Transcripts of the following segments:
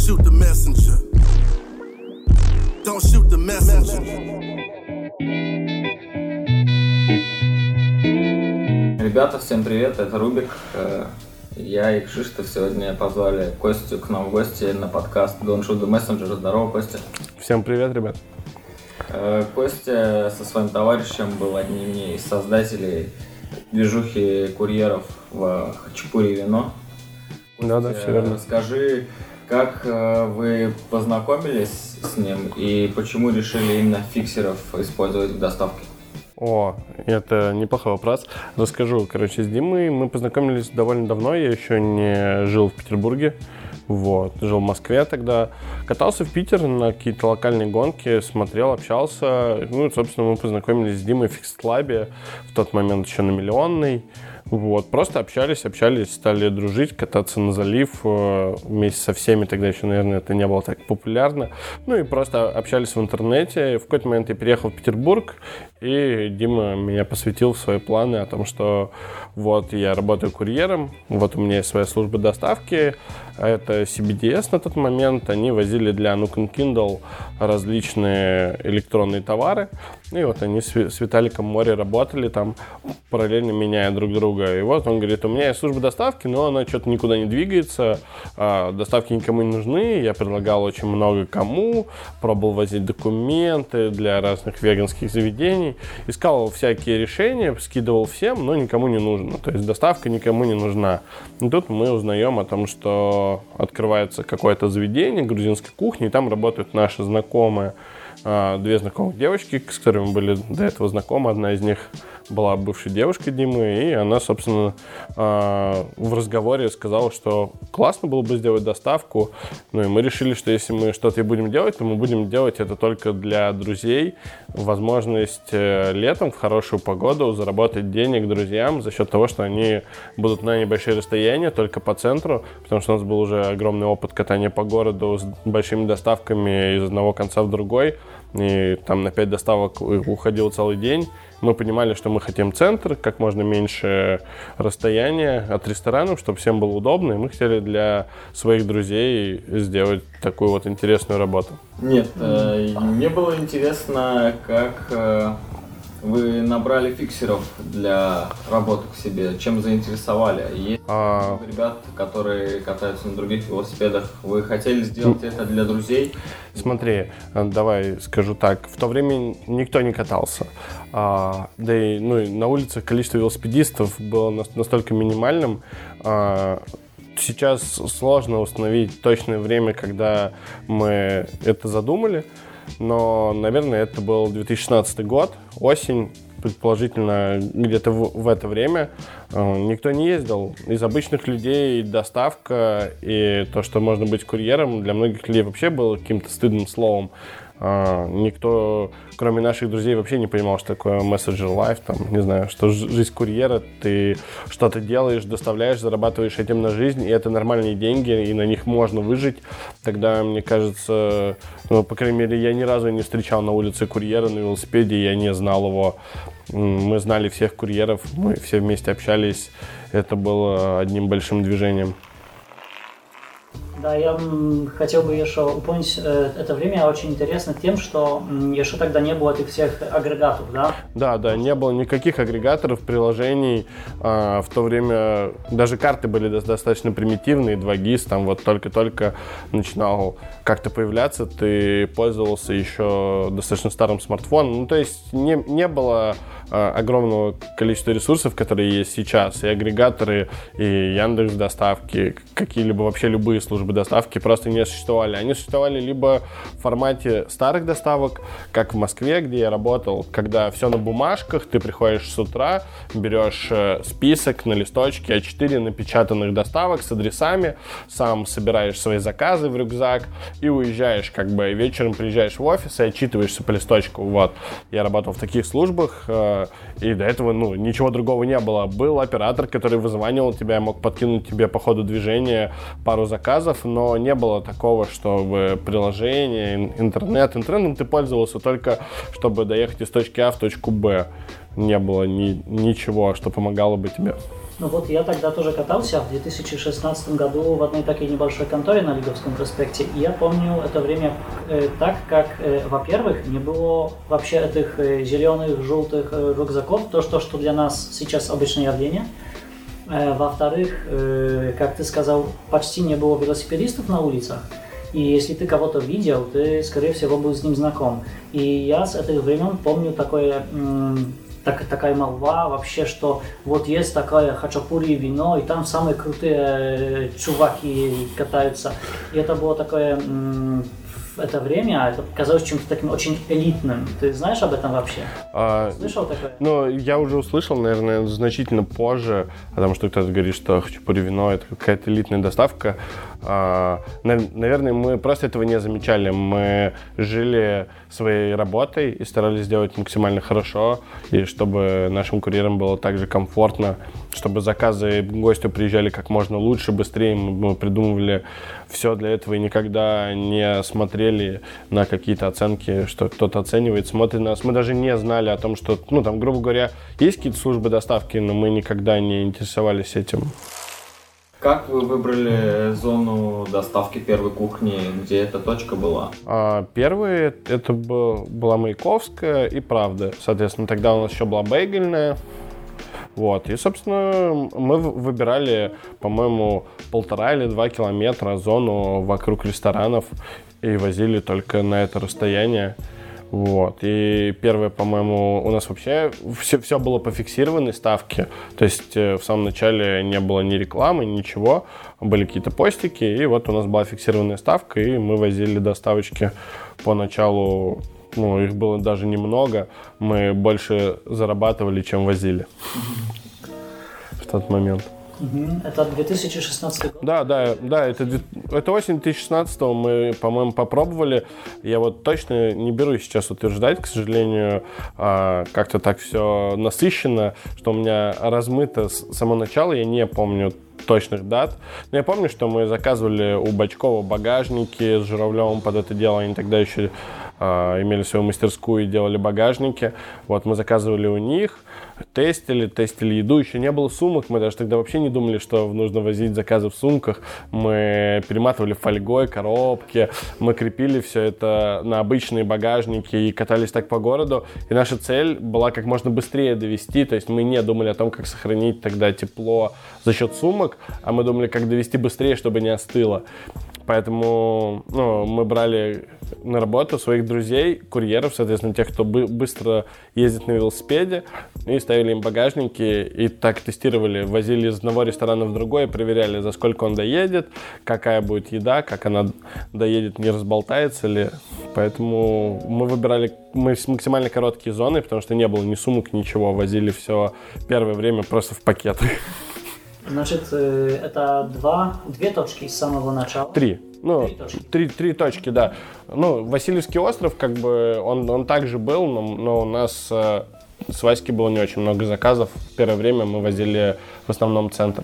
shoot the messenger. Don't shoot the messenger. Ребята, всем привет, это Рубик. Я и Кшиштов сегодня позвали Костю к нам в гости на подкаст Don't Shoot the Messenger. Здорово, Костя. Всем привет, ребят. Костя со своим товарищем был одним из создателей движухи курьеров в Хачапури Вино. Да, все верно. Расскажи, как вы познакомились с ним и почему решили именно фиксеров использовать в доставке? О, это неплохой вопрос. Расскажу. С Димой мы познакомились довольно давно. Я еще не жил в Петербурге. Жил в Москве тогда. Катался в Питер на какие-то локальные гонки, смотрел, общался. Собственно, мы познакомились с Димой в Fixed Lab, в тот момент еще на Миллионной. Просто общались, стали дружить, кататься на залив вместе со всеми. Тогда еще, наверное, это не было так популярно. И просто общались в интернете. В какой-то момент я переехал в Петербург, и Дима меня посвятил в свои планы о том, что я работаю курьером, у меня есть своя служба доставки. Это CBDS на тот момент. Они возили для Nuke Kindle различные электронные товары. И они с Виталиком Мори работали там, параллельно меняя друг друга. И он говорит, у меня есть служба доставки, но она что-то никуда не двигается, доставки никому не нужны. Я предлагал очень много кому, пробовал возить документы для разных веганских заведений, искал всякие решения, скидывал всем, но никому не нужно. То есть доставка никому не нужна. И тут мы узнаем о том, что открывается какое-то заведение грузинской кухни, и там работают наши знакомые, две знакомых девочки, с которыми мы были до этого знакомы. Одна из них была бывшей девушкой Димы, и она, собственно, в разговоре сказала, что классно было бы сделать доставку. И мы решили, что если мы что-то и будем делать, то мы будем делать это только для друзей. Возможность летом в хорошую погоду заработать денег друзьям за счет того, что они будут на небольшие расстояния, только по центру, потому что у нас был уже огромный опыт катания по городу с большими доставками из одного конца в другой. И там на 5 доставок уходил целый день. Мы понимали, что мы хотим центр, как можно меньше расстояния от ресторанов, чтобы всем было удобно. И мы хотели для своих друзей сделать такую интересную работу. Нет, мне было интересно, как вы набрали фиксеров для работы к себе, чем заинтересовали? Есть много ребят, которые катаются на других велосипедах. Вы хотели сделать это для друзей? Смотри, давай скажу так. В то время никто не катался. Да и на улицах количество велосипедистов было настолько минимальным. Сейчас сложно установить точное время, когда мы это задумали. Но, наверное, это был 2016 год, осень, предположительно, где-то в это время. Никто не ездил. Из обычных людей доставка и то, что можно быть курьером, для многих людей вообще было каким-то стыдным словом. Никто, кроме наших друзей, вообще не понимал, что такое Messenger Life, что жизнь курьера, ты что-то делаешь, доставляешь, зарабатываешь этим на жизнь, и это нормальные деньги, и на них можно выжить. Тогда, мне кажется, по крайней мере, я ни разу не встречал на улице курьера на велосипеде, я не знал его. Мы знали всех курьеров, мы все вместе общались, это было одним большим движением. Да, я хотел бы еще упомнить, это время очень интересно тем, что еще тогда не было этих всех агрегаторов, да? Да, не было никаких агрегаторов, приложений. В то время даже карты были достаточно примитивные, 2GIS, там только-только начинал как-то появляться, ты пользовался еще достаточно старым смартфоном. То есть не было огромного количества ресурсов, которые есть сейчас, и агрегаторы, и Яндекс.Доставки, какие-либо вообще любые службы доставки просто не существовали. Они существовали либо в формате старых доставок, как в Москве, где я работал, когда все на бумажках, ты приходишь с утра, берешь список на листочке А4 напечатанных доставок с адресами, сам собираешь свои заказы в рюкзак и уезжаешь, вечером приезжаешь в офис и отчитываешься по листочку. Я работал в таких службах, и до этого, ничего другого не было. Был оператор, который вызванивал тебя, мог подкинуть тебе по ходу движения пару заказов, но не было такого, чтобы приложение, интернетом ты пользовался только, чтобы доехать из точки А в точку Б. Не было ничего, что помогало бы тебе. Ну вот я тогда тоже катался в 2016 году в одной такой небольшой конторе на Лиговском проспекте. И я помню это время так, как, во-первых, не было вообще этих зеленых, желтых рюкзаков, то, что для нас сейчас обычное явление. Во-вторых, как ты сказал, почти не было велосипедистов на улицах. И если ты кого-то видел, ты, скорее всего, был с ним знаком. И я с этих времен помню такая молва вообще, что вот есть такое хачапури вино, и там самые крутые чуваки катаются. И это было такое, в это время, это казалось чем-то таким очень элитным. Ты знаешь об этом вообще? Слышал такое? Ну, я уже услышал, наверное, значительно позже, потому что кто-то говорит, что хачапури вино — это какая-то элитная доставка. Наверное, мы просто этого не замечали. Мы жили своей работой и старались сделать максимально хорошо, и чтобы нашим курьерам было так же комфортно, чтобы заказы гостю приезжали как можно лучше, быстрее. Мы придумывали все для этого и никогда не смотрели на какие-то оценки, что кто-то оценивает, смотрит на нас. Мы даже не знали о том, что, там, грубо говоря, есть какие-то службы доставки, но мы никогда не интересовались этим. Как вы выбрали зону доставки первой кухни, где эта точка была? Первые это была Маяковская и Правда. Соответственно, тогда у нас еще была Бейгельная. Вот. И, собственно, мы выбирали, по-моему, 1,5 или 2 километра зону вокруг ресторанов и возили только на это расстояние. Вот. И первое, по-моему, у нас вообще все было по фиксированной ставке. То есть в самом начале не было ни рекламы, ничего. Были какие-то постики, и вот у нас была фиксированная ставка, и мы возили доставочки поначалу. Их было даже немного. Мы больше зарабатывали, чем возили в тот момент. Это 2016 год? Да, это осень 2016-го мы, по-моему, попробовали. Я вот точно не берусь сейчас утверждать, к сожалению, как-то так все насыщенно, что у меня размыто с самого начала, я не помню точных дат. Но я помню, что мы заказывали у Бочкова багажники с Журавлевым под это дело. Они тогда еще имели свою мастерскую и делали багажники. Вот мы заказывали у них, тестили еду. Еще не было сумок. Мы даже тогда вообще не думали, что нужно возить заказы в сумках. Мы перематывали фольгой коробки. Мы крепили все это на обычные багажники и катались так по городу. И наша цель была как можно быстрее довести. То есть мы не думали о том, как сохранить тогда тепло за счет сумок, а мы думали, как довести быстрее, чтобы не остыло. Поэтому мы брали на работу своих друзей, курьеров, соответственно, тех, кто быстро ездит на велосипеде, и ставили им багажники, и так тестировали, возили из одного ресторана в другой, проверяли, за сколько он доедет, какая будет еда, как она доедет, не разболтается ли. Поэтому мы выбирали максимально короткие зоны, потому что не было ни сумок, ничего, возили все первое время просто в пакетах. Значит, это две точки с самого начала? Три точки, да. Васильевский остров, он также был, но у нас с Васьки было не очень много заказов. В первое время мы возили в основном центр.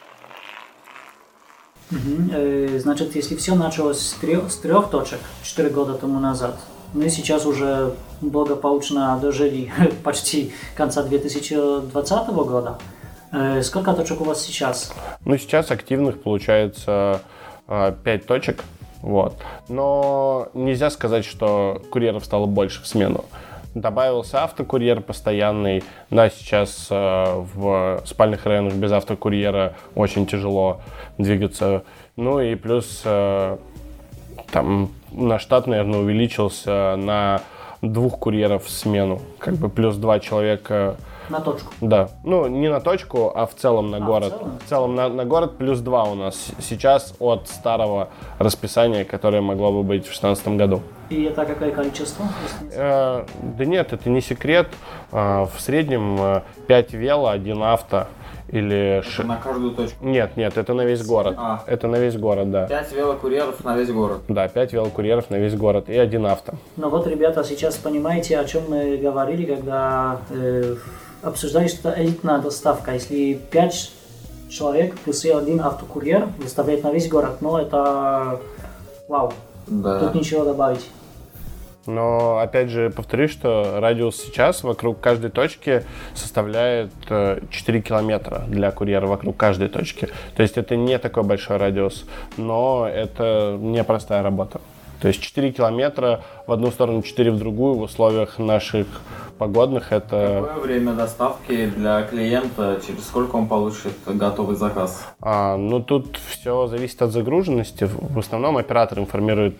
Значит, если все началось с трех точек 4 года тому назад, мы сейчас уже благополучно дожили почти конца 2020 года. Сколько точек у вас сейчас? Сейчас активных получается 5 точек. Вот. Но нельзя сказать, что курьеров стало больше в смену. Добавился автокурьер постоянный. Да, сейчас в спальных районах без автокурьера очень тяжело двигаться. И плюс там наш штат, наверное, увеличился на 2 курьеров в смену. Плюс 2 человека. На точку? Да. Не на точку, а в целом на город. В целом на город плюс 2 у нас сейчас от старого расписания, которое могло бы быть в 2016 году. И это какое количество? Да нет, это не секрет. В среднем 5 вело, 1 авто. Или на каждую точку? Нет, это на весь город. Это на весь город, да. 5 велокурьеров на весь город? Да, 5 велокурьеров на весь город и 1 авто. Ребята, сейчас понимаете, о чем мы говорили, когда обсуждали, что это элитная доставка. Если 5 человек плюс 1 автокурьер выставляет на весь город, это вау. Да. Тут ничего добавить. Но, опять же, повторюсь, что радиус сейчас вокруг каждой точки составляет 4 километра для курьера вокруг каждой точки. То есть это не такой большой радиус, но это непростая работа. То есть 4 километра в одну сторону, 4 в другую в условиях наших погодных это... Какое время доставки для клиента? Через сколько он получит готовый заказ? Тут все зависит от загруженности. В основном оператор информирует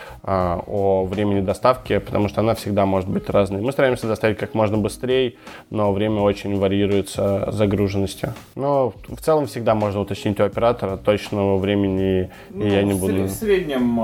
о времени доставки, потому что она всегда может быть разной. Мы стараемся доставить как можно быстрее, но время очень варьируется загруженностью. Но в целом всегда можно уточнить у оператора точного времени, и я не буду... В среднем...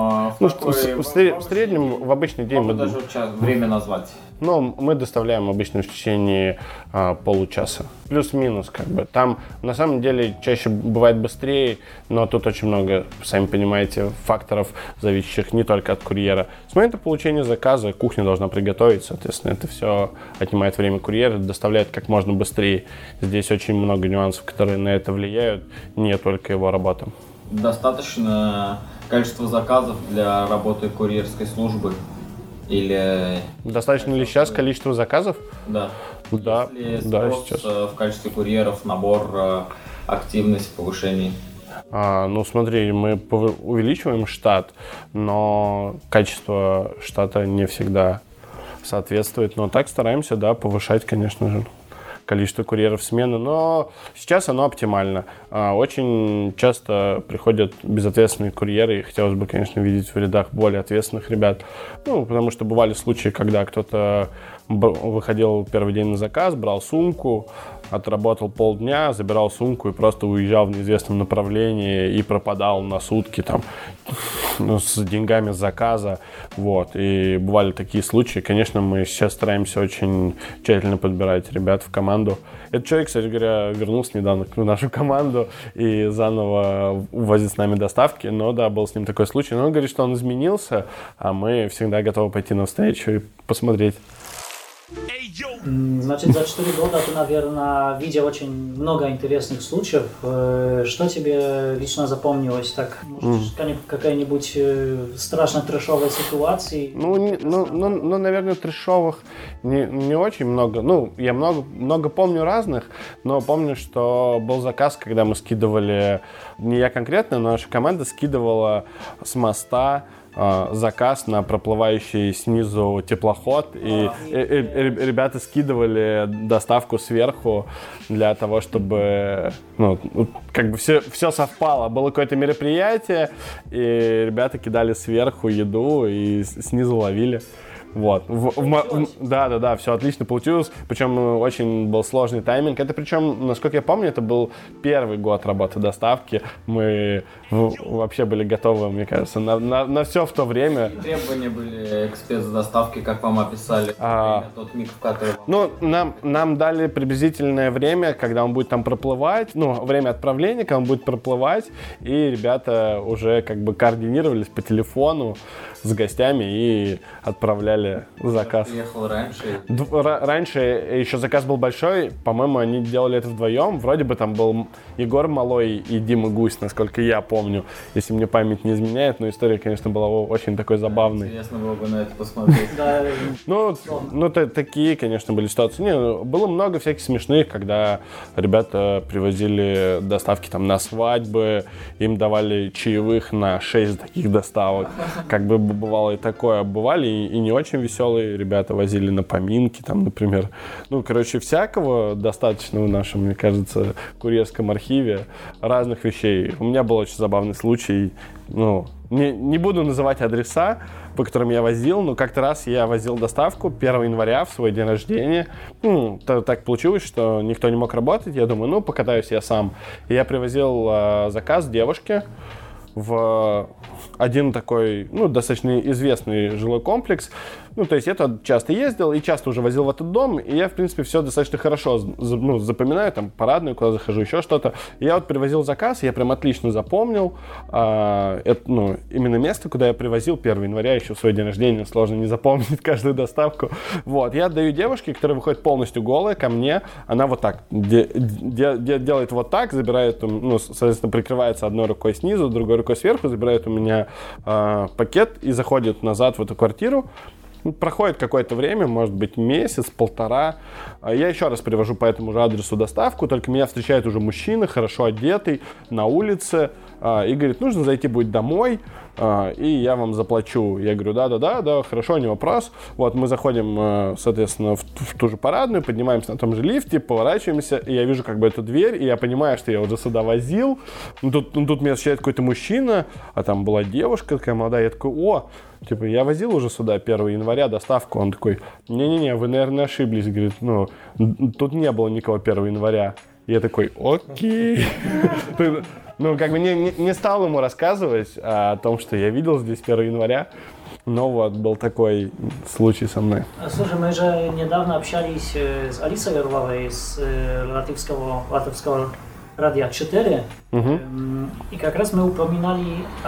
в среднем в обычный день мы... даже время назвать. Мы доставляем обычно в течение получаса. Плюс-минус, как бы. Там, на самом деле, чаще бывает быстрее, но тут очень много, сами понимаете, факторов, зависящих не только от курьера. С момента получения заказа кухня должна приготовить, соответственно, это все отнимает время курьера, доставляет как можно быстрее. Здесь очень много нюансов, которые на это влияют, не только его работа. Достаточно количество заказов для работы курьерской службы? Или... Достаточно ли сейчас количество заказов? Да. Да, сейчас. В качестве курьеров набор, активность, повышение? Смотри, мы увеличиваем штат, но качество штата не всегда соответствует. Но так стараемся, повышать, конечно же, количество курьеров в смену, но сейчас оно оптимально. Очень часто приходят безответственные курьеры, и хотелось бы, конечно, видеть в рядах более ответственных ребят. Потому что бывали случаи, когда кто-то выходил первый день на заказ, брал сумку, отработал полдня, забирал сумку и просто уезжал в неизвестном направлении и пропадал на сутки с деньгами с заказа. И бывали такие случаи. Конечно, мы сейчас стараемся очень тщательно подбирать ребят в команду. Этот человек, кстати говоря, вернулся недавно в нашу команду и заново возит с нами доставки. Но был с ним такой случай. Но он говорит, что он изменился, а мы всегда готовы пойти навстречу и посмотреть. Значит, за 4 года ты, наверное, видел очень много интересных случаев. Что тебе лично запомнилось? Может, какая-нибудь страшно трэшовая ситуация? Наверное, трэшовых не очень много. Я много помню разных, но помню, что был заказ, когда мы скидывали, не я конкретно, но наша команда скидывала с моста заказ на проплывающий снизу теплоход, и ребята скидывали доставку сверху для того, чтобы все совпало. Было какое-то мероприятие, и ребята кидали сверху еду и снизу ловили. Да, все отлично получилось. Причем очень был сложный тайминг. Это причем, насколько я помню, это был первый год работы доставки. Мы вообще были готовы, мне кажется, на все в то время. Какие требования были к спецдоставке, как вам описали? Тот миг, в который... Нам дали приблизительное время, когда он будет там проплывать, время отправления, когда он будет проплывать, и ребята уже координировались по телефону с гостями и отправляли заказ. Приехал раньше? Раньше еще заказ был большой, по-моему, они делали это вдвоем. Вроде бы там был Егор Малой и Дима Гусь, насколько я помню, если мне память не изменяет, но история, конечно, была очень такой забавной. Интересно было бы на это посмотреть. Такие, конечно, были ситуации. Было много всяких смешных, когда ребята привозили доставки на свадьбы, им давали чаевых на 6 таких доставок. Бывало и такое. Бывали и не очень веселые ребята возили на поминки, например. Всякого достаточно в нашем, мне кажется, курьерском архиве. Разных вещей. У меня был очень забавный случай. Не буду называть адреса, по которым я возил, но как-то раз я возил доставку 1 января в свой день рождения. Так получилось, что никто не мог работать. Я думаю, покатаюсь я сам. И я привозил заказ девушке в один такой, достаточно известный жилой комплекс. То есть я туда часто ездил и часто уже возил в этот дом, и я, в принципе, все достаточно хорошо запоминаю, парадную, куда захожу, еще что-то. И я привозил заказ, я прям отлично запомнил именно место, куда я привозил 1 января, еще в свой день рождения, сложно не запомнить каждую доставку. Я отдаю девушке, которая выходит полностью голая ко мне, она делает так, забирает, соответственно, прикрывается одной рукой снизу, другой рукой сверху, забирает у меня пакет и заходит назад в эту квартиру. проходит какое-то время, может быть, месяц, полтора. Я еще раз привожу по этому же адресу доставку, только меня встречает уже мужчина, хорошо одетый, на улице, и говорит, нужно зайти будет домой, и я вам заплачу. Я говорю, да, хорошо, не вопрос. Вот, мы заходим, соответственно, в ту же парадную, поднимаемся на том же лифте, поворачиваемся, и я вижу как бы эту дверь, и я понимаю, что я уже сюда возил. Тут меня встречает какой-то мужчина, а там была девушка такая молодая, я такой, типа, я возил уже сюда 1 января доставку. Он такой, не-не-не, вы, наверное, ошиблись. Говорит, тут не было никого 1 января. Я такой, окей. Как бы не стал ему рассказывать о том, что я видел здесь 1 января. Но вот был такой случай со мной. Слушай, мы же недавно общались с Алисой Орловой с Латвийского радио 4. И как раз мы упоминали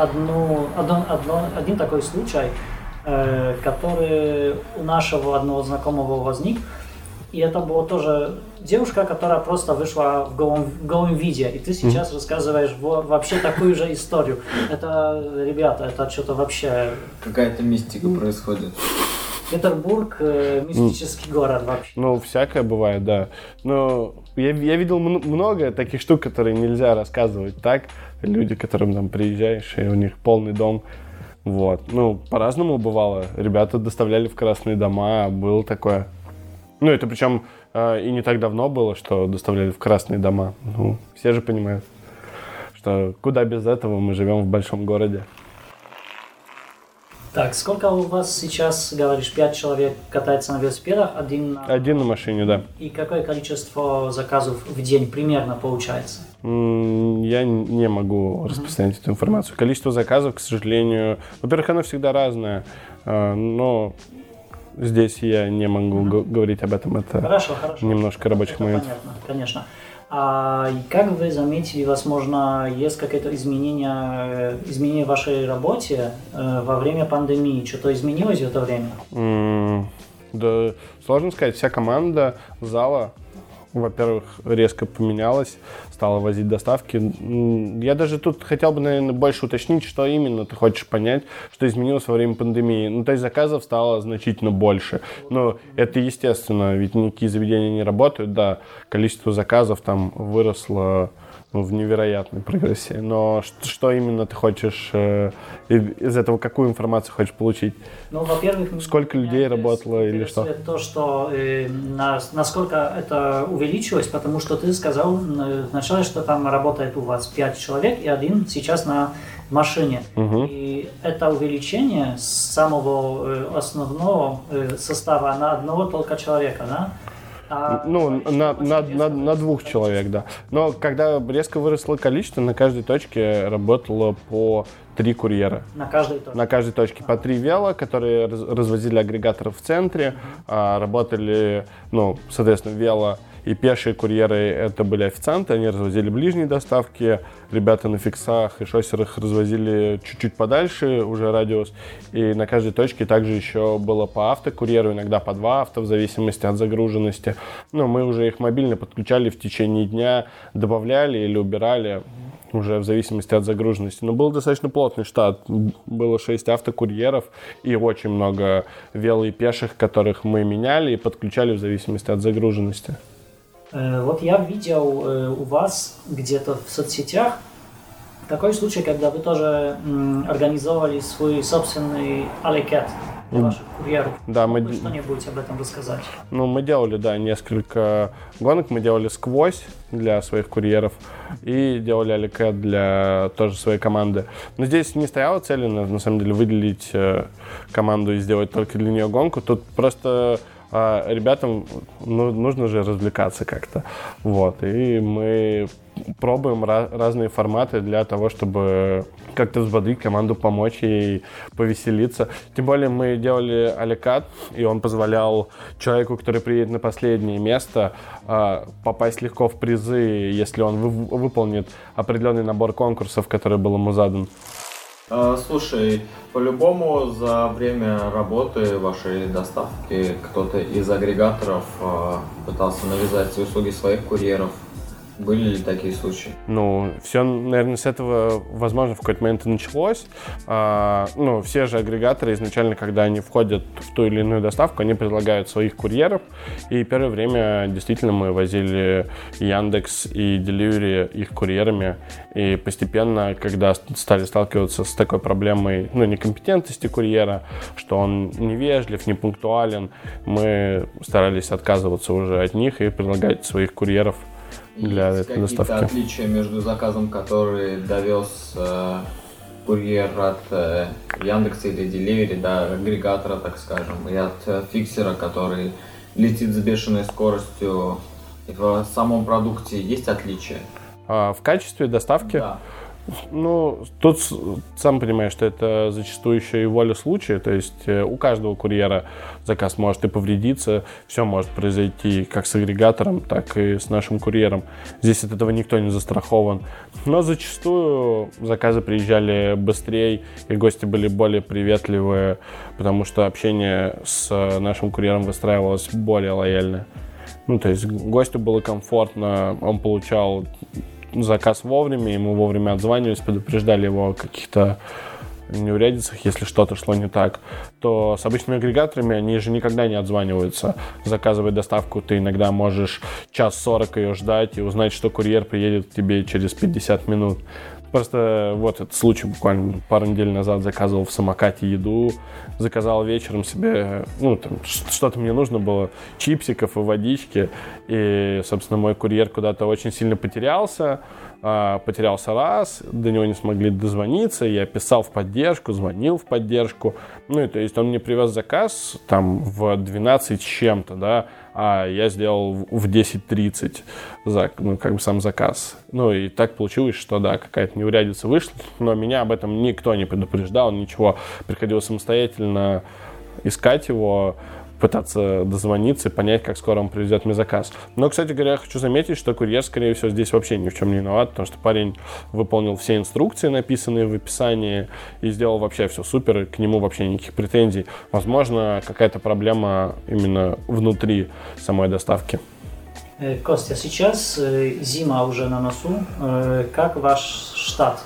один такой случай, который у нашего одного знакомого возник. И это была тоже девушка, которая просто вышла в голом виде. И ты сейчас рассказываешь вообще такую же историю. Это, ребята, это что-то вообще... Какая-то мистика происходит. Петербург мистический город вообще. Всякое бывает, да. Но я видел много таких штук, которые нельзя рассказывать так. Люди, к которым там приезжаешь, и у них полный дом. Вот. По-разному бывало. Ребята доставляли в красные дома, было такое. Это причем и не так давно было, что доставляли в красные дома. Все же понимают, что куда без этого, мы живем в большом городе. Так, сколько у вас сейчас, говоришь, 5 человек катается на велосипедах? Один на машине, да. И какое количество заказов в день примерно получается? Я не могу распространять эту информацию. Количество заказов, к сожалению, во-первых, оно всегда разное, но здесь я не могу говорить об этом. Это хорошо. Немножко рабочих моментов. Понятно, конечно. И как вы заметили, возможно, есть какое-то изменение в вашей работе во время пандемии? Что-то изменилось в это время? Да, сложно сказать. Вся команда зала, во-первых, резко поменялась, стала возить доставки. Я даже тут хотел бы, наверное, больше уточнить, что именно ты хочешь понять, что изменилось во время пандемии. То есть заказов стало значительно больше. Это естественно, ведь никакие заведения не работают, да, количество заказов там выросло в невероятной прогрессии. Но что именно ты хочешь из этого, какую информацию хочешь получить? Во-первых, сколько людей работало или что? То, что насколько это увеличилось, потому что ты сказал вначале, что там работает у вас 5 человек и один сейчас на машине. И это увеличение с самого основного состава на одного только человека, да? На 2 человек, да. Но когда резко выросло количество, на каждой точке работало по 3 курьера. На каждой точке? На каждой точке по 3 вело, которые развозили агрегаторов в центре, работали, соответственно, вело и пешие курьеры, это были официанты, они развозили ближние доставки, ребята на фиксах и шоссерах развозили чуть-чуть подальше, уже радиус, и на каждой точке также еще было по автокурьеру, иногда по 2 авто, в зависимости от загруженности. Мы уже их мобильно подключали в течение дня, добавляли или убирали, уже в зависимости от загруженности. Но был достаточно плотный штат, было 6 автокурьеров и очень много вело и пеших, которых мы меняли и подключали в зависимости от загруженности. Вот я видел у вас где-то в соцсетях такой случай, когда вы тоже организовали свой собственный аликет для ваших курьеров. Да, Могу что-нибудь об этом рассказать? Мы делали, да, несколько гонок. Мы делали сквозь для своих курьеров и делали аликет для тоже своей команды. Но здесь не стояла цель, на самом деле, выделить команду и сделать только для нее гонку. Тут просто ребятам нужно же развлекаться как-то. И мы пробуем разные форматы для того, чтобы как-то взбодрить команду, помочь ей повеселиться. Тем более мы делали аликат, и он позволял человеку, который приедет на последнее место, попасть легко в призы, если он выполнит определенный набор конкурсов, который был ему задан. Слушай, по-любому за время работы вашей доставки кто-то из агрегаторов пытался навязать услуги своих курьеров. Были ли такие случаи? Ну, все, наверное, с этого, возможно, в какой-то момент и началось. Все же агрегаторы изначально, когда они входят в ту или иную доставку, они предлагают своих курьеров. И первое время действительно мы возили Яндекс и Delivery их курьерами. И постепенно, когда стали сталкиваться с такой проблемой, некомпетентности курьера, что он невежлив, непунктуален, мы старались отказываться уже от них и предлагать своих курьеров для этой доставки. Какие-то отличия между заказом, который довез курьер от Яндекса или Delivery до агрегатора, так скажем, и от фиксера, который летит с бешеной скоростью, в самом продукте есть отличия? В качестве доставки? Да. Тут сам понимаешь, что это зачастую еще и воля случая, то есть у каждого курьера заказ может и повредиться, все может произойти как с агрегатором, так и с нашим курьером. Здесь от этого никто не застрахован. Но зачастую заказы приезжали быстрее, и гости были более приветливые, потому что общение с нашим курьером выстраивалось более лояльно. То есть гостю было комфортно, он получал заказ вовремя, ему вовремя отзванивались, предупреждали его о каких-то неурядицах, если что-то шло не так. То с обычными агрегаторами они же никогда не отзваниваются. Заказывая доставку, ты иногда можешь 1:40 ее ждать и узнать, что курьер приедет к тебе через 50 минут. Просто вот этот случай, буквально пару недель назад заказывал в самокате еду, заказал вечером себе, что-то мне нужно было, чипсиков и водички, и, собственно, мой курьер куда-то очень сильно потерялся раз, до него не смогли дозвониться, я писал в поддержку, звонил в поддержку, то есть он мне привез заказ там в 12 с чем-то, да, а я сделал в 10:30 сам заказ. И так получилось, что да, какая-то неурядица вышла, но меня об этом никто не предупреждал, ничего. Приходилось самостоятельно искать его, пытаться дозвониться и понять, как скоро он привезет мне заказ. Но, кстати говоря, хочу заметить, что курьер, скорее всего, здесь вообще ни в чем не виноват, потому что парень выполнил все инструкции, написанные в описании, и сделал вообще все супер, и к нему вообще никаких претензий. Возможно, какая-то проблема именно внутри самой доставки. Костя, сейчас зима уже на носу. Как ваш штат?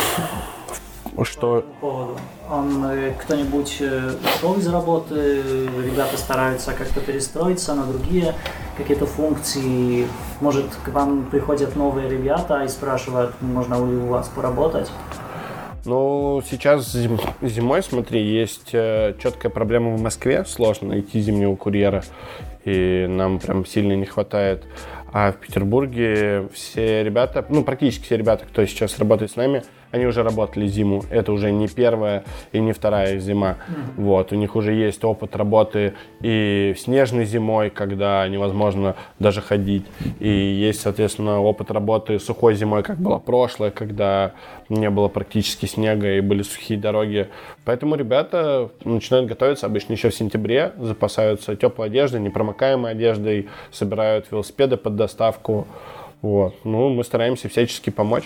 Что? По этому поводу? Кто-нибудь ушел из работы? Ребята стараются как-то перестроиться на другие какие-то функции? Может, к вам приходят новые ребята и спрашивают, можно ли у вас поработать? Сейчас зимой, смотри, есть четкая проблема в Москве. Сложно найти зимнего курьера, и нам прям сильно не хватает. А в Петербурге все ребята, практически все ребята, кто сейчас работает с нами, они уже работали зиму. Это уже не первая и не вторая зима. Вот, у них уже есть опыт работы и снежной зимой, когда невозможно даже ходить. И есть, соответственно, опыт работы сухой зимой, как была прошлая, когда не было практически снега и были сухие дороги. Поэтому ребята начинают готовиться обычно еще в сентябре, запасаются теплой одеждой, непромокаемой одеждой, собирают велосипеды под доставку. Вот. Мы стараемся всячески помочь.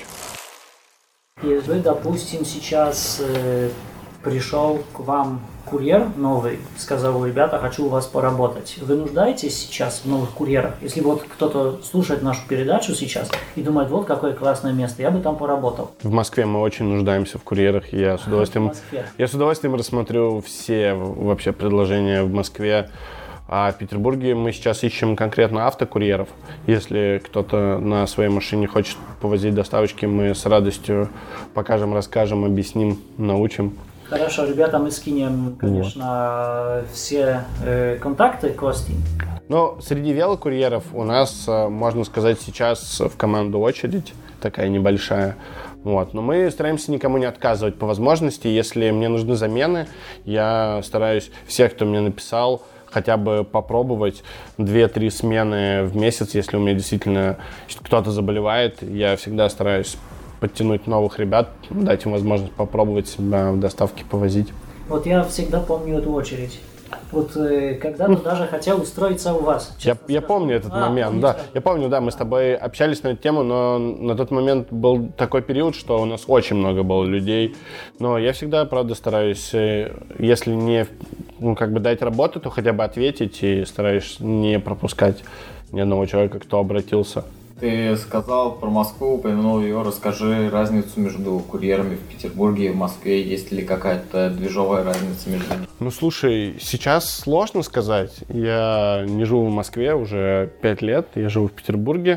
Если, допустим, сейчас пришел к вам курьер новый, сказал, ребята, хочу у вас поработать. Вы нуждаетесь сейчас в новых курьерах? Если вот кто-то слушает нашу передачу сейчас и думает, вот какое классное место, я бы там поработал. В Москве мы очень нуждаемся в курьерах. Я с удовольствием рассмотрю все вообще предложения в Москве. А в Петербурге мы сейчас ищем конкретно автокурьеров. Если кто-то на своей машине хочет повозить доставочки, мы с радостью покажем, расскажем, объясним, научим. Хорошо, ребята, мы скинем, конечно, все контакты Кости. Среди велокурьеров у нас, можно сказать, сейчас в команду очередь такая небольшая. Но мы стараемся никому не отказывать по возможности. Если мне нужны замены, я стараюсь всех, кто мне написал, хотя бы попробовать 2-3 смены в месяц, если у меня действительно кто-то заболевает. Я всегда стараюсь подтянуть новых ребят, дать им возможность попробовать себя в доставке повозить. Вот я всегда помню эту очередь. Вот когда-то даже хотел устроиться у вас. Я помню этот момент, да. Я помню, да, мы с тобой общались на эту тему, но на тот момент был такой период, что у нас очень много было людей. Но я всегда, правда, стараюсь, если не дать работу, то хотя бы ответить и стараюсь не пропускать ни одного человека, кто обратился. Ты сказал про Москву, упомянул ее. Расскажи разницу между курьерами в Петербурге и в Москве. Есть ли какая-то движовая разница между ними? Ну, слушай, сейчас сложно сказать. Я не живу в Москве уже 5 лет, я живу в Петербурге.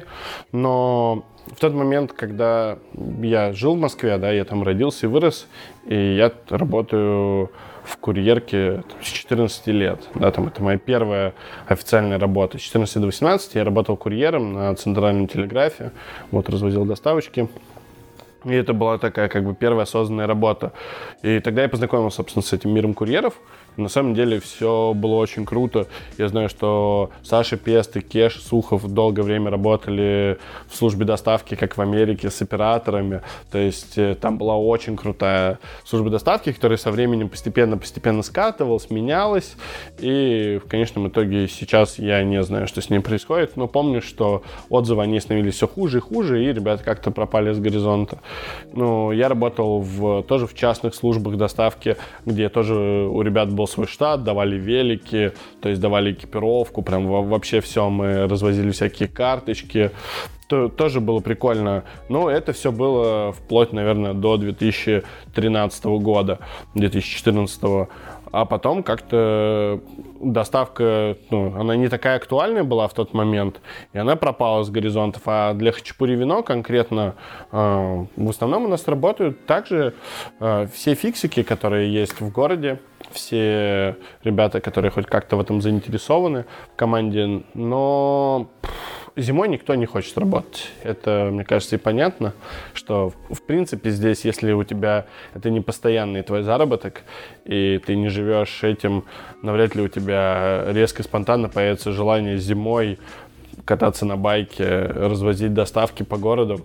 Но в тот момент, когда я жил в Москве, да, я там родился и вырос, и я работаю в курьерке с 14 лет. Да, там, это моя первая официальная работа. С 14 до 18 я работал курьером на Центральном телеграфе, вот, развозил доставочки. И это была такая, как бы, первая осознанная работа. И тогда я познакомился, собственно, с этим миром курьеров. И на самом деле все было очень круто. Я знаю, что Саша Пест и Кеш Сухов долгое время работали в службе доставки, как в Америке, с операторами. То есть там была очень крутая служба доставки, которая со временем постепенно скатывалась, менялась. И в конечном итоге сейчас я не знаю, что с ней происходит, но помню, что отзывы они становились все хуже и хуже, и ребята как-то пропали с горизонта. Ну, я работал тоже в частных службах доставки, где тоже у ребят был свой штат, давали велики, то есть давали экипировку, прям вообще все, мы развозили всякие карточки. Тоже было прикольно. Но это все было вплоть, наверное, до 2013 года, 2014. А потом как-то доставка, она не такая актуальная была в тот момент, и она пропала с горизонтов. А для Хачапури-Вино конкретно в основном у нас работают также все фиксики, которые есть в городе, все ребята, которые хоть как-то в этом заинтересованы в команде, но зимой никто не хочет работать. Это, мне кажется, и понятно, что, в принципе, здесь, если у тебя это не постоянный твой заработок, и ты не живешь этим, навряд ли у тебя резко и спонтанно появится желание зимой кататься на байке, развозить доставки по городу.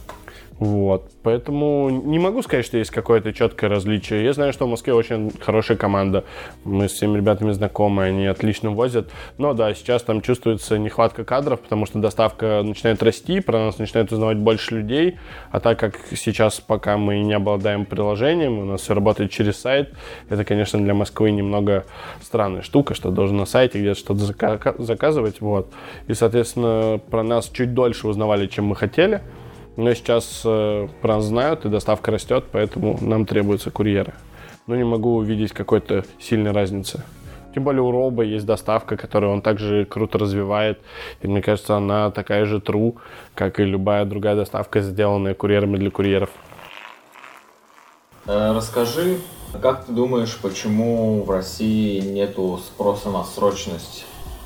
Вот. Поэтому не могу сказать, что есть какое-то четкое различие. Я знаю, что в Москве очень хорошая команда. Мы с всеми ребятами знакомы, они отлично возят. Но да, сейчас там чувствуется нехватка кадров, потому что доставка начинает расти, про нас начинает узнавать больше людей. А так как сейчас пока мы не обладаем приложением, у нас все работает через сайт, это, конечно, для Москвы немного странная штука, что должен на сайте где-то что-то заказывать. Вот. И, соответственно, про нас чуть дольше узнавали, чем мы хотели. Но сейчас про нас знают, и доставка растет, поэтому нам требуются курьеры. Но не могу увидеть какой-то сильной разницы. Тем более у Роба есть доставка, которую он также круто развивает. И мне кажется, она такая же true, как и любая другая доставка, сделанная курьерами для курьеров. Расскажи, как ты думаешь, почему в России нету спроса на срочность?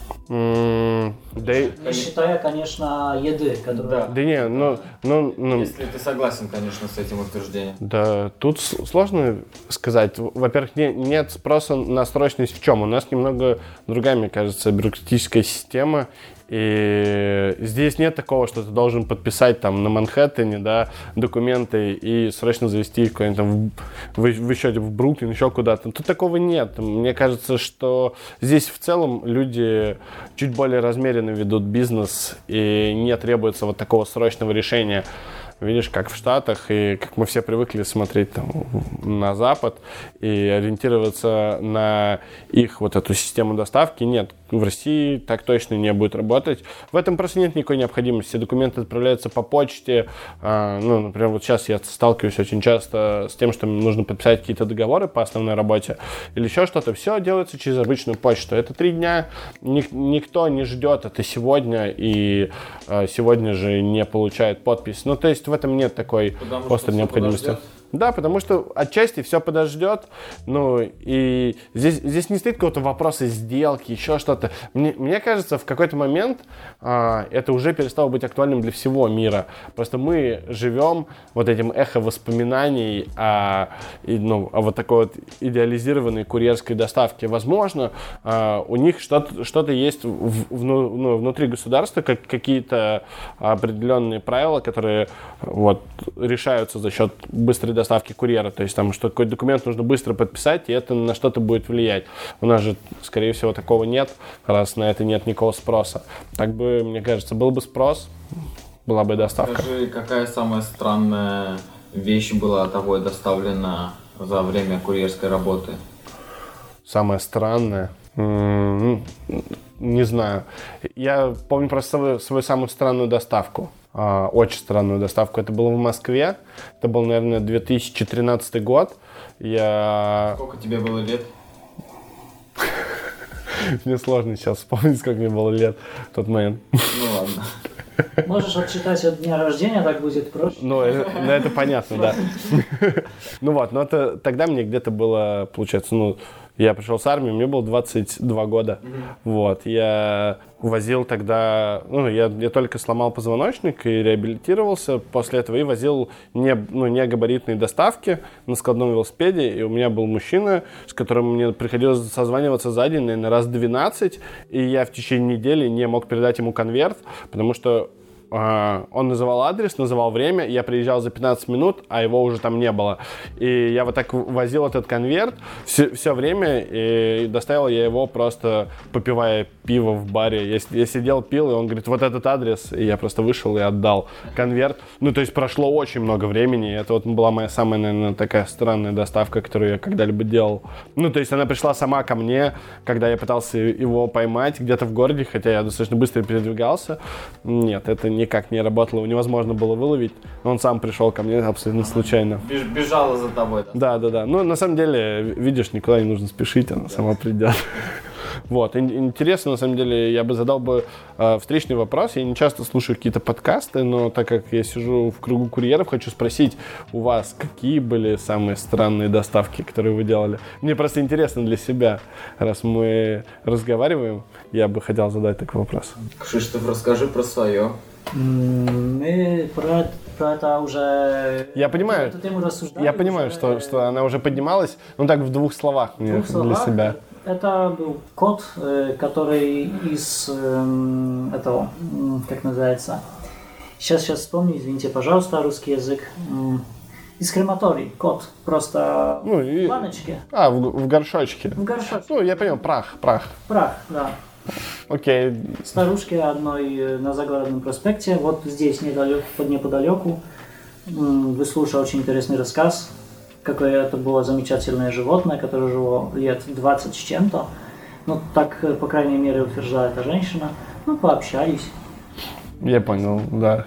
Не считая, конечно, еды, которая... Да не, Если ты согласен, конечно, с этим утверждением. Да, тут сложно сказать. Во-первых, нет спроса на срочность в чем? У нас немного другая, мне кажется, бюрократическая система. И здесь нет такого, что ты должен подписать там на Манхэттене, да, документы и срочно завести их куда-нибудь там в Бруклин, еще куда-то. Тут такого нет. Мне кажется, что здесь в целом люди чуть более размеренно ведут бизнес и не требуется вот такого срочного решения. Видишь, как в Штатах, и как мы все привыкли смотреть там на Запад и ориентироваться на их вот эту систему доставки. Нет, в России так точно не будет работать. В этом просто нет никакой необходимости. Документы отправляются по почте. Например, вот сейчас я сталкиваюсь очень часто с тем, что нужно подписать какие-то договоры по основной работе или еще что-то. Все делается через обычную почту. Это 3 дня. Никто не ждет это сегодня и сегодня же не получает подпись. То есть в этом нет такой острой необходимости. Подождет. Да, потому что отчасти все подождет, и здесь не стоит какого-то вопроса сделки, еще что-то. Мне кажется, в какой-то момент это уже перестало быть актуальным для всего мира. Просто мы живем вот этим эхо воспоминаний о вот такой вот идеализированной курьерской доставке. Возможно, у них что-то есть внутри государства, какие-то определенные правила, которые вот решаются за счет быстрой доставки курьера, то есть там, что какой-то документ нужно быстро подписать, и это на что-то будет влиять. У нас же, скорее всего, такого нет, раз на это нет никакого спроса. Так бы, мне кажется, был бы спрос, была бы доставка. Скажи, какая самая странная вещь была тобой доставлена за время курьерской работы? Самое странное? Не знаю. Я помню просто свою самую странную доставку. очень странную доставку. Это было в Москве. Это был, наверное, 2013 год. Сколько тебе было лет? Мне сложно сейчас вспомнить, сколько мне было лет в тот момент. Ну ладно. Можешь отчитать от дня рождения, так будет проще. Ну, это понятно, да. Ну вот, но это тогда мне где-то было, получается, я пришел с армии, мне было 22 года. Вот, я возил тогда, я только сломал позвоночник и реабилитировался после этого, и возил не габаритные доставки на складном велосипеде, и у меня был мужчина, с которым мне приходилось созваниваться за день, наверное, раз 12, и я в течение недели не мог передать ему конверт, потому что он называл адрес, называл время, я приезжал за 15 минут, а его уже там не было. И я вот так возил этот конверт все время, и доставил я его просто попивая пиво в баре. Я сидел, пил, и он говорит, вот этот адрес, и я просто вышел и отдал конверт. То есть прошло очень много времени, и это вот была моя самая, наверное, такая странная доставка, которую я когда-либо делал. То есть она пришла сама ко мне, когда я пытался его поймать где-то в городе, хотя я достаточно быстро передвигался. Нет, это никак не работало, его невозможно было выловить. Он сам пришел ко мне абсолютно случайно. Бежала за тобой. Да. На самом деле, видишь, никуда не нужно спешить, она сама придет. Вот. Интересно, на самом деле, я бы задал встречный вопрос. Я не часто слушаю какие-то подкасты, но так как я сижу в кругу курьеров, хочу спросить у вас, какие были самые странные доставки, которые вы делали? Мне просто интересно для себя, раз мы разговариваем, я бы хотел задать такой вопрос. Кшиштоф, расскажи про свое. Мы про это уже... Я понимаю, эту тему рассуждали. Я понимаю, что она уже поднималась, так в двух словах для себя. Это был кот, который из этого, как называется, сейчас вспомню, извините, пожалуйста, русский язык, из крематорий, кот, просто в баночке. В горшочке. В горшочке. Я понял, прах. Прах, да. Окей. Старушки одной на Загородном проспекте, вот здесь неподалеку, выслушал очень интересный рассказ, какое это было замечательное животное, которое жило лет 20 с чем-то. Так, по крайней мере, утверждает эта женщина. Пообщались. Я понял, да.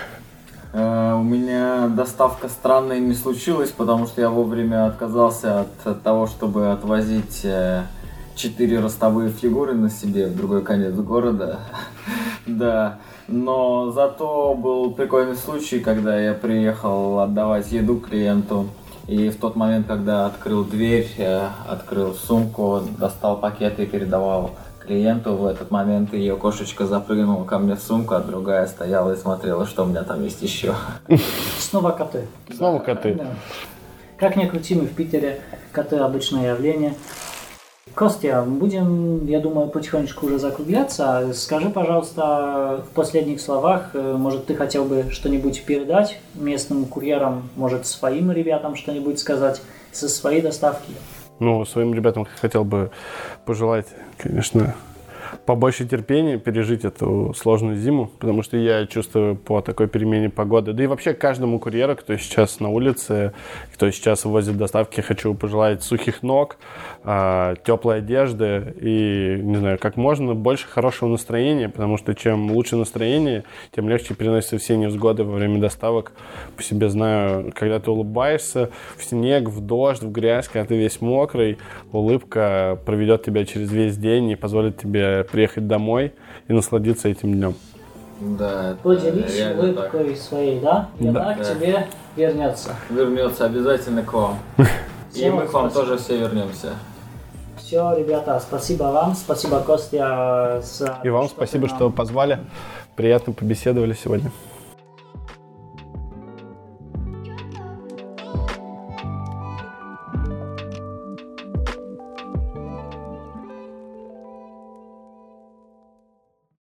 У меня доставка странная не случилась, потому что я вовремя отказался от того, чтобы отвозить 4 ростовые фигуры на себе в другой конец города. Да. Но зато был прикольный случай, когда я приехал отдавать еду клиенту. И в тот момент, когда открыл дверь, открыл сумку, достал пакет и передавал клиенту, в этот момент ее кошечка запрыгнула ко мне в сумку, а другая стояла и смотрела, что у меня там есть еще. Снова коты. Снова коты. Да. Как ни крути, мы в Питере, коты обычное явление. Костя, будем, я думаю, потихонечку уже закругляться. Скажи, пожалуйста, в последних словах, может, ты хотел бы что-нибудь передать местным курьерам, может, своим ребятам что-нибудь сказать со своей доставки? Своим ребятам хотел бы пожелать, конечно, побольше терпения, пережить эту сложную зиму, потому что я чувствую по такой перемене погоды, да и вообще каждому курьеру, кто сейчас на улице, кто сейчас возит доставки, хочу пожелать сухих ног, теплой одежды и, не знаю, как можно больше хорошего настроения, потому что чем лучше настроение, тем легче переносятся все невзгоды во время доставок. По себе знаю, когда ты улыбаешься в снег, в дождь, в грязь, когда ты весь мокрый, улыбка проведет тебя через весь день и позволит тебе приехать домой и насладиться этим днем. Да, поделись улыбкой своей, да? И она к тебе вернется. Вернется обязательно к вам. И мы к вам тоже все вернемся. Все, ребята, спасибо вам, спасибо, Костя. И вам спасибо, что позвали. Приятно побеседовали сегодня.